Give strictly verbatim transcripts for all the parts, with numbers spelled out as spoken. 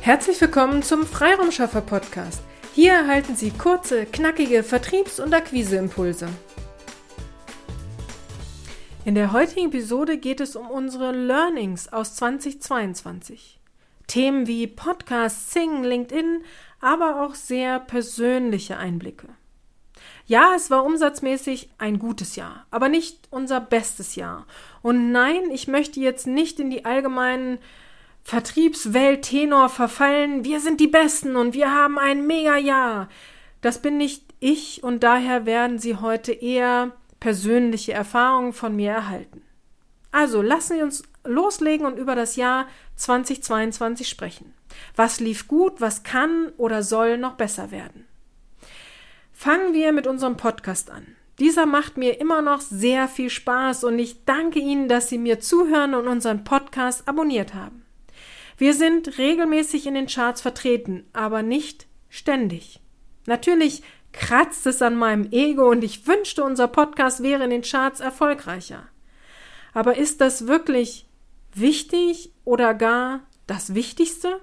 Herzlich willkommen zum Freiraumschaffer-Podcast. Hier erhalten Sie kurze, knackige Vertriebs- und Akquiseimpulse. In der heutigen Episode geht es um unsere Learnings aus zweitausendzweiundzwanzig. Themen wie Podcast, Sing, LinkedIn, aber auch sehr persönliche Einblicke. Ja, es war umsatzmäßig ein gutes Jahr, aber nicht unser bestes Jahr. Und nein, ich möchte jetzt nicht in die allgemeinen Vertriebswelt-Tenor verfallen, wir sind die Besten und wir haben ein Mega-Jahr. Das bin nicht ich und daher werden Sie heute eher persönliche Erfahrungen von mir erhalten. Also lassen Sie uns loslegen und über das Jahr zweitausendzweiundzwanzig sprechen. Was lief gut, was kann oder soll noch besser werden? Fangen wir mit unserem Podcast an. Dieser macht mir immer noch sehr viel Spaß und ich danke Ihnen, dass Sie mir zuhören und unseren Podcast abonniert haben. Wir sind regelmäßig in den Charts vertreten, aber nicht ständig. Natürlich kratzt es an meinem Ego und ich wünschte, unser Podcast wäre in den Charts erfolgreicher. Aber ist das wirklich wichtig oder gar das Wichtigste?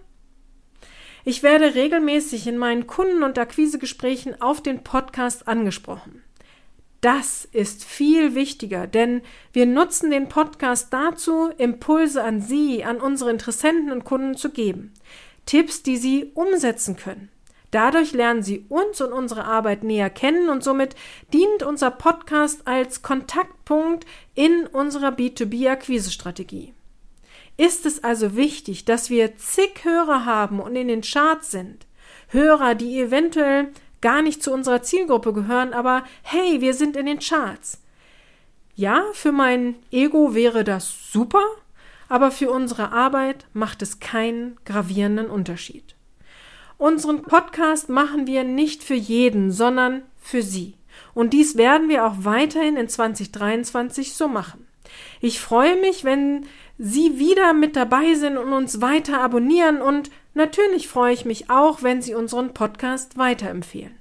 Ich werde regelmäßig in meinen Kunden- und Akquisegesprächen auf den Podcast angesprochen. Das ist viel wichtiger, denn wir nutzen den Podcast dazu, Impulse an Sie, an unsere Interessenten und Kunden zu geben. Tipps, die Sie umsetzen können. Dadurch lernen Sie uns und unsere Arbeit näher kennen und somit dient unser Podcast als Kontaktpunkt in unserer B zwei B-Akquise-Strategie. Ist es also wichtig, dass wir zig Hörer haben und in den Charts sind? Hörer, die eventuell gar nicht zu unserer Zielgruppe gehören, aber hey, wir sind in den Charts. Ja, für mein Ego wäre das super, aber für unsere Arbeit macht es keinen gravierenden Unterschied. Unseren Podcast machen wir nicht für jeden, sondern für Sie. Und dies werden wir auch weiterhin in zweitausenddreiundzwanzig so machen. Ich freue mich, wenn Sie wieder mit dabei sind und uns weiter abonnieren und natürlich freue ich mich auch, wenn Sie unseren Podcast weiterempfehlen.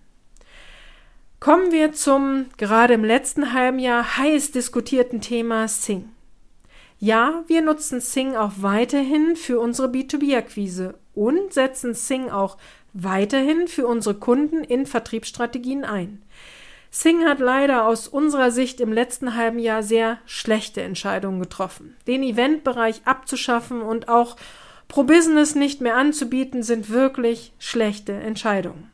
Kommen wir zum gerade im letzten halben Jahr heiß diskutierten Thema Sing. Ja, wir nutzen Sing auch weiterhin für unsere B zwei B-Akquise und setzen Sing auch weiterhin für unsere Kunden in Vertriebsstrategien ein. Sing hat leider aus unserer Sicht im letzten halben Jahr sehr schlechte Entscheidungen getroffen. Den Eventbereich abzuschaffen und auch Pro Business nicht mehr anzubieten, sind wirklich schlechte Entscheidungen.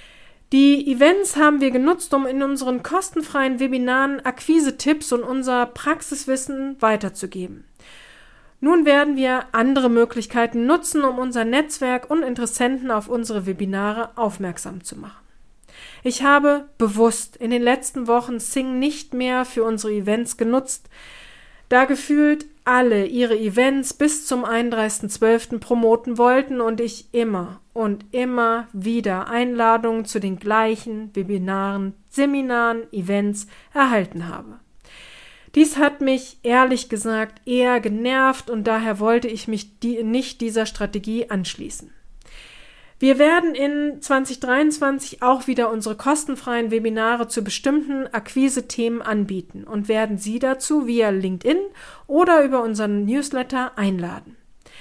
Die Events haben wir genutzt, um in unseren kostenfreien Webinaren Akquise-Tipps und unser Praxiswissen weiterzugeben. Nun werden wir andere Möglichkeiten nutzen, um unser Netzwerk und Interessenten auf unsere Webinare aufmerksam zu machen. Ich habe bewusst in den letzten Wochen Sing nicht mehr für unsere Events genutzt, da gefühlt alle ihre Events bis zum einunddreißigsten zwölften promoten wollten und ich immer und immer wieder Einladungen zu den gleichen Webinaren, Seminaren, Events erhalten habe. Dies hat mich ehrlich gesagt eher genervt und daher wollte ich mich die, nicht dieser Strategie anschließen. Wir werden in zweitausenddreiundzwanzig auch wieder unsere kostenfreien Webinare zu bestimmten Akquise-Themen anbieten und werden Sie dazu via LinkedIn oder über unseren Newsletter einladen.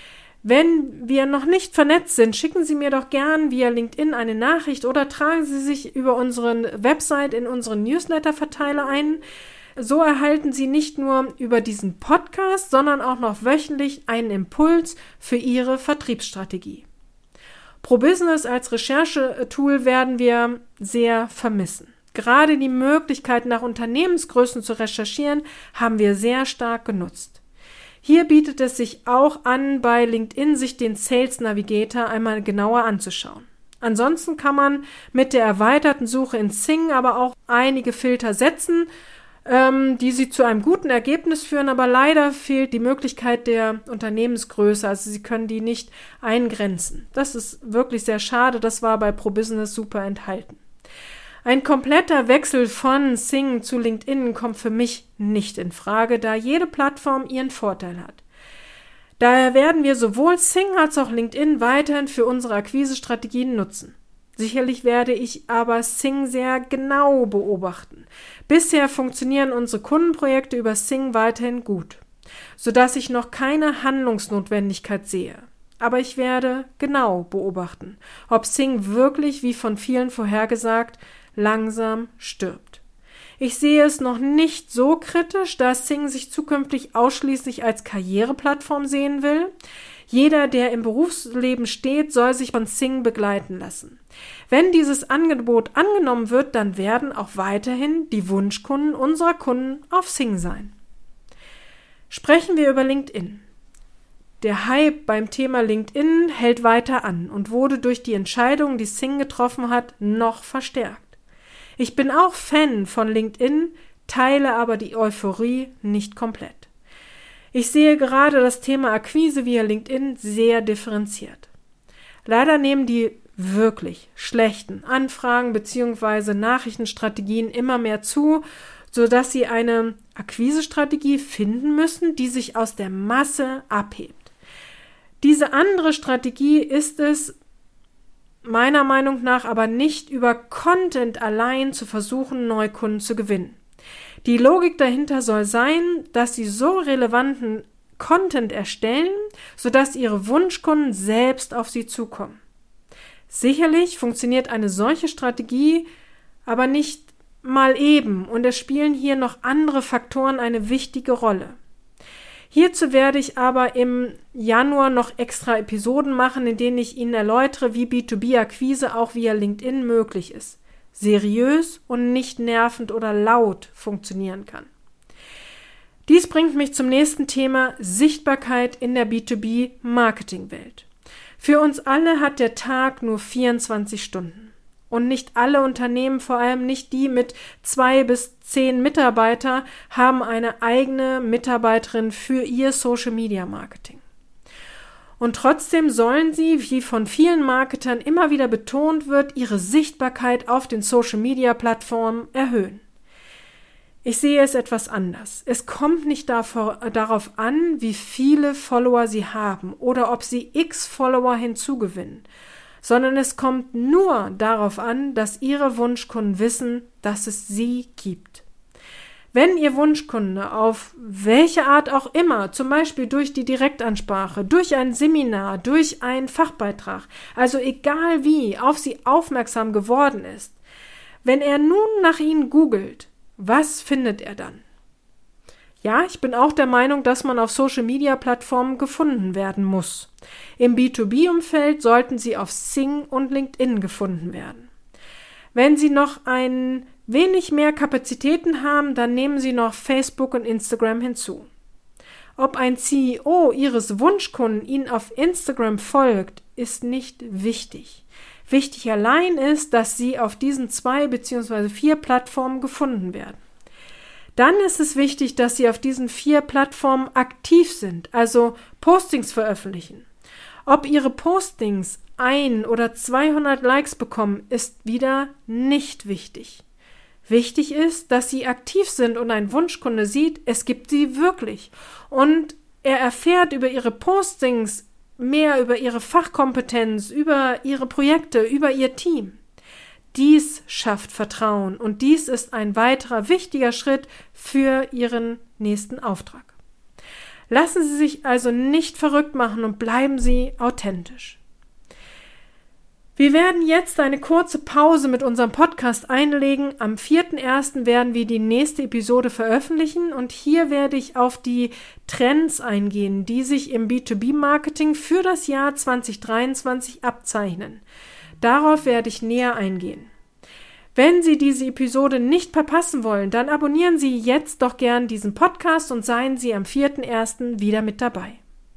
Wenn wir noch nicht vernetzt sind, schicken Sie mir doch gern via LinkedIn eine Nachricht oder tragen Sie sich über unsere Website in unseren Newsletter-Verteiler ein. So erhalten Sie nicht nur über diesen Podcast, sondern auch noch wöchentlich einen Impuls für Ihre Vertriebsstrategie. Pro Business als Recherchetool werden wir sehr vermissen. Gerade die Möglichkeit, nach Unternehmensgrößen zu recherchieren, haben wir sehr stark genutzt. Hier bietet es sich auch an, bei LinkedIn sich den Sales Navigator einmal genauer anzuschauen. Ansonsten kann man mit der erweiterten Suche in Sing aber auch einige Filter setzen, ähm, die Sie zu einem guten Ergebnis führen, aber leider fehlt die Möglichkeit der Unternehmensgröße, also Sie können die nicht eingrenzen. Das ist wirklich sehr schade, das war bei Pro Business super enthalten. Ein kompletter Wechsel von Sing zu LinkedIn kommt für mich nicht in Frage, da jede Plattform ihren Vorteil hat. Daher werden wir sowohl Sing als auch LinkedIn weiterhin für unsere Akquisestrategien nutzen. Sicherlich werde ich aber Sing sehr genau beobachten. Bisher funktionieren unsere Kundenprojekte über Sing weiterhin gut, sodass ich noch keine Handlungsnotwendigkeit sehe. Aber ich werde genau beobachten, ob Xing wirklich, wie von vielen vorhergesagt, langsam stirbt. Ich sehe es noch nicht so kritisch, da Xing sich zukünftig ausschließlich als Karriereplattform sehen will. Jeder, der im Berufsleben steht, soll sich von Xing begleiten lassen. Wenn dieses Angebot angenommen wird, dann werden auch weiterhin die Wunschkunden unserer Kunden auf Xing sein. Sprechen wir über LinkedIn. Der Hype beim Thema LinkedIn hält weiter an und wurde durch die Entscheidung, die Xing getroffen hat, noch verstärkt. Ich bin auch Fan von LinkedIn, teile aber die Euphorie nicht komplett. Ich sehe gerade das Thema Akquise via LinkedIn sehr differenziert. Leider nehmen die wirklich schlechten Anfragen bzw. Nachrichtenstrategien immer mehr zu, sodass sie eine Akquisestrategie finden müssen, die sich aus der Masse abhebt. Diese andere Strategie ist es, meiner Meinung nach aber nicht über Content allein zu versuchen, Neukunden zu gewinnen. Die Logik dahinter soll sein, dass sie so relevanten Content erstellen, sodass ihre Wunschkunden selbst auf sie zukommen. Sicherlich funktioniert eine solche Strategie aber nicht mal eben und es spielen hier noch andere Faktoren eine wichtige Rolle. Hierzu werde ich aber im Januar noch extra Episoden machen, in denen ich Ihnen erläutere, wie B zwei B-Akquise auch via LinkedIn möglich ist, seriös und nicht nervend oder laut funktionieren kann. Dies bringt mich zum nächsten Thema: Sichtbarkeit in der B zwei B-Marketingwelt. Für uns alle hat der Tag nur vierundzwanzig Stunden. Und nicht alle Unternehmen, vor allem nicht die mit zwei bis zehn Mitarbeiter, haben eine eigene Mitarbeiterin für ihr Social-Media-Marketing. Und trotzdem sollen sie, wie von vielen Marketern immer wieder betont wird, ihre Sichtbarkeit auf den Social-Media-Plattformen erhöhen. Ich sehe es etwas anders. Es kommt nicht davor, darauf an, wie viele Follower sie haben oder ob sie x Follower hinzugewinnen, sondern es kommt nur darauf an, dass Ihre Wunschkunden wissen, dass es Sie gibt. Wenn Ihr Wunschkunde auf welche Art auch immer, zum Beispiel durch die Direktansprache, durch ein Seminar, durch einen Fachbeitrag, also egal wie, auf Sie aufmerksam geworden ist, wenn er nun nach Ihnen googelt, was findet er dann? Ja, ich bin auch der Meinung, dass man auf Social-Media-Plattformen gefunden werden muss. Im B zwei B-Umfeld sollten sie auf Xing und LinkedIn gefunden werden. Wenn Sie noch ein wenig mehr Kapazitäten haben, dann nehmen Sie noch Facebook und Instagram hinzu. Ob ein C E O Ihres Wunschkunden Ihnen auf Instagram folgt, ist nicht wichtig. Wichtig allein ist, dass Sie auf diesen zwei bzw. vier Plattformen gefunden werden. Dann ist es wichtig, dass Sie auf diesen vier Plattformen aktiv sind, also Postings veröffentlichen. Ob Ihre Postings ein oder zweihundert Likes bekommen, ist wieder nicht wichtig. Wichtig ist, dass Sie aktiv sind und ein Wunschkunde sieht, es gibt Sie wirklich. Und er erfährt über Ihre Postings mehr über Ihre Fachkompetenz, über Ihre Projekte, über Ihr Team. Dies schafft Vertrauen und dies ist ein weiterer wichtiger Schritt für Ihren nächsten Auftrag. Lassen Sie sich also nicht verrückt machen und bleiben Sie authentisch. Wir werden jetzt eine kurze Pause mit unserem Podcast einlegen. Am vierten ersten werden wir die nächste Episode veröffentlichen und hier werde ich auf die Trends eingehen, die sich im B zwei B-Marketing für das Jahr zwanzig dreiundzwanzig abzeichnen. Darauf werde ich näher eingehen. Wenn Sie diese Episode nicht verpassen wollen, dann abonnieren Sie jetzt doch gern diesen Podcast und seien Sie am vierten ersten wieder mit dabei.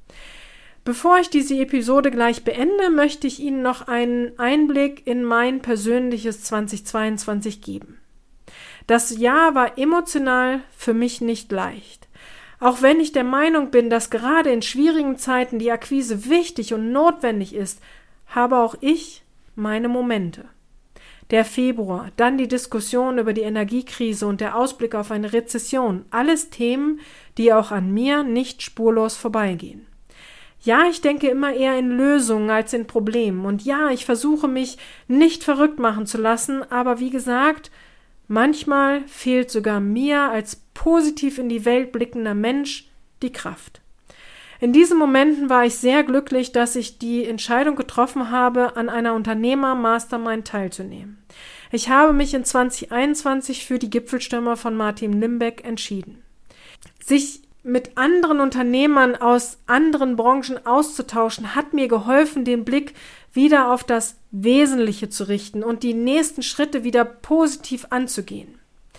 Bevor ich diese Episode gleich beende, möchte ich Ihnen noch einen Einblick in mein persönliches zwanzig zweiundzwanzig geben. Das Jahr war emotional für mich nicht leicht. Auch wenn ich der Meinung bin, dass gerade in schwierigen Zeiten die Akquise wichtig und notwendig ist, habe auch ich meine Momente. Der Februar, dann die Diskussion über die Energiekrise und der Ausblick auf eine Rezession, alles Themen, die auch an mir nicht spurlos vorbeigehen. Ja, ich denke immer eher in Lösungen als in Problemen und ja, ich versuche mich nicht verrückt machen zu lassen, aber wie gesagt, manchmal fehlt sogar mir als positiv in die Welt blickender Mensch die Kraft. In diesen Momenten war ich sehr glücklich, dass ich die Entscheidung getroffen habe, an einer Unternehmer-Mastermind teilzunehmen. Ich habe mich in zwanzig einundzwanzig für die Gipfelstürmer von Martin Limbeck entschieden. Sich mit anderen Unternehmern aus anderen Branchen auszutauschen, hat mir geholfen, den Blick wieder auf das Wesentliche zu richten und die nächsten Schritte wieder positiv anzugehen.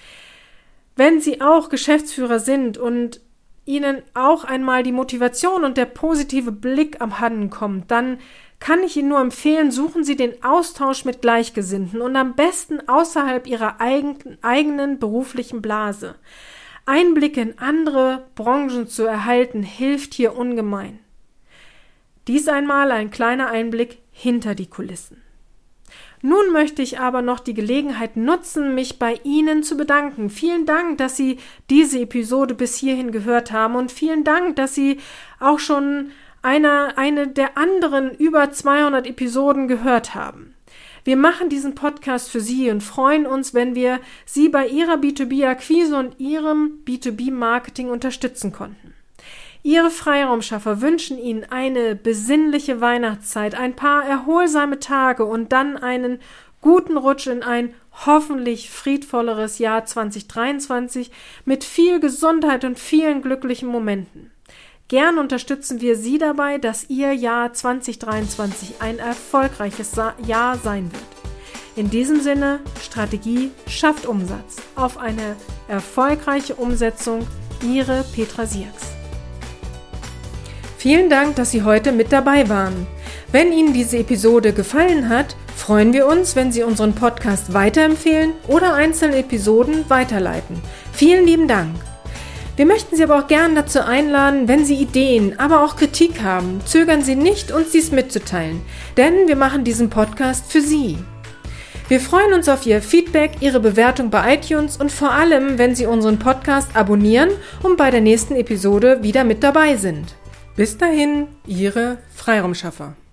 Wenn Sie auch Geschäftsführer sind und Ihnen auch einmal die Motivation und der positive Blick abhanden kommt, dann kann ich Ihnen nur empfehlen, suchen Sie den Austausch mit Gleichgesinnten und am besten außerhalb Ihrer eigen, eigenen beruflichen Blase. Einblicke in andere Branchen zu erhalten, hilft hier ungemein. Dies einmal ein kleiner Einblick hinter die Kulissen. Nun möchte ich aber noch die Gelegenheit nutzen, mich bei Ihnen zu bedanken. Vielen Dank, dass Sie diese Episode bis hierhin gehört haben und vielen Dank, dass Sie auch schon eine, eine der anderen über zweihundert Episoden gehört haben. Wir machen diesen Podcast für Sie und freuen uns, wenn wir Sie bei Ihrer B zwei B-Akquise und Ihrem B zwei B-Marketing unterstützen konnten. Ihre Freiraumschaffer wünschen Ihnen eine besinnliche Weihnachtszeit, ein paar erholsame Tage und dann einen guten Rutsch in ein hoffentlich friedvolleres Jahr zwanzig dreiundzwanzig mit viel Gesundheit und vielen glücklichen Momenten. Gern unterstützen wir Sie dabei, dass Ihr Jahr zwanzig dreiundzwanzig ein erfolgreiches Jahr sein wird. In diesem Sinne, Strategie schafft Umsatz. Auf eine erfolgreiche Umsetzung, Ihre Petra Sierks. Vielen Dank, dass Sie heute mit dabei waren. Wenn Ihnen diese Episode gefallen hat, freuen wir uns, wenn Sie unseren Podcast weiterempfehlen oder einzelne Episoden weiterleiten. Vielen lieben Dank. Wir möchten Sie aber auch gern dazu einladen, wenn Sie Ideen, aber auch Kritik haben, zögern Sie nicht, uns dies mitzuteilen, denn wir machen diesen Podcast für Sie. Wir freuen uns auf Ihr Feedback, Ihre Bewertung bei iTunes und vor allem, wenn Sie unseren Podcast abonnieren und bei der nächsten Episode wieder mit dabei sind. Bis dahin, Ihre Freiraumschaffer.